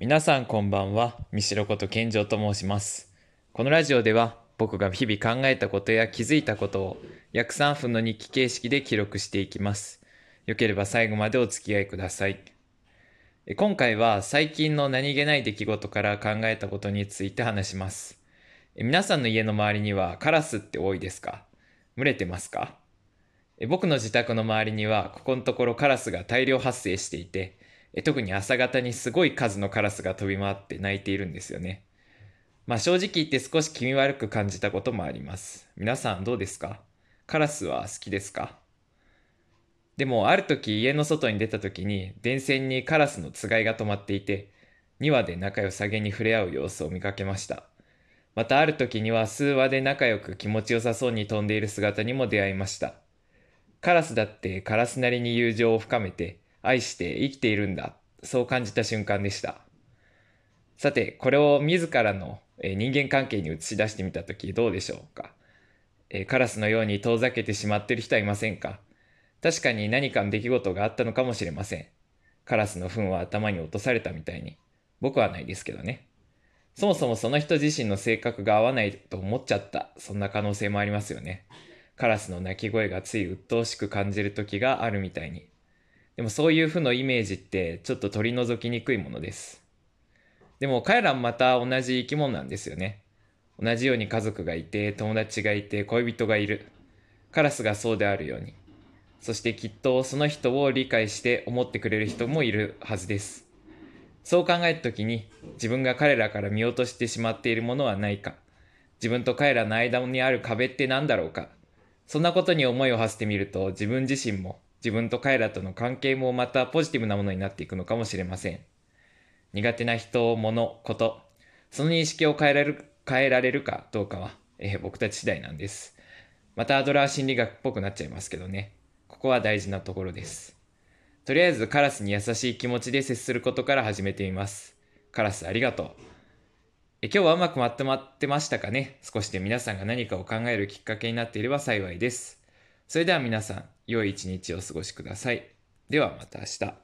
皆さんこんばんは、三代こと健丈と申します。このラジオでは僕が日々考えたことや気づいたことを約3分の日記形式で記録していきます。よければ最後までお付き合いください。今回は最近の何気ない出来事から考えたことについて話します。皆さんの家の周りにはカラスって多いですか？群れてますか？僕の自宅の周りにはここのところカラスが大量発生していて、特に朝方にすごい数のカラスが飛び回って鳴いているんですよね。正直言って少し気味悪く感じたこともあります。皆さんどうですか？カラスは好きですか？でもある時家の外に出た時に電線にカラスのつがいが止まっていて、2羽で仲良さげに触れ合う様子を見かけました。またある時には数羽で仲良く気持ちよさそうに飛んでいる姿にも出会いました。カラスだってカラスなりに友情を深めて愛して生きているんだ、そう感じた瞬間でした。さてこれを自らの人間関係に映し出してみたときどうでしょうか。カラスのように遠ざけてしまっている人はいませんか？確かに何かの出来事があったのかもしれません。カラスの糞は頭に落とされたみたいに。僕はないですけどね。そもそもその人自身の性格が合わないと思っちゃった、そんな可能性もありますよね。カラスの鳴き声がつい鬱陶しく感じる時があるみたいに。でもそういう負のイメージってちょっと取り除きにくいものです。でも彼らもまた同じ生き物なんですよね。同じように家族がいて、友達がいて、恋人がいる。カラスがそうであるように。そしてきっとその人を理解して思ってくれる人もいるはずです。そう考えたときに自分が彼らから見落としてしまっているものはないか。自分と彼らの間にある壁って何だろうか。そんなことに思いを馳せてみると自分自身も自分と彼らとの関係もまたポジティブなものになっていくのかもしれません。苦手な人、物、こと、その認識を変えられるかどうかは、僕たち次第なんです。またアドラー心理学っぽくなっちゃいますけどね。ここは大事なところです。とりあえずカラスに優しい気持ちで接することから始めてみます。カラスありがとう。今日はうまくまとまってましたかね。少しで皆さんが何かを考えるきっかけになっていれば幸いです。それでは皆さん、良い一日をお過ごしください。ではまた明日。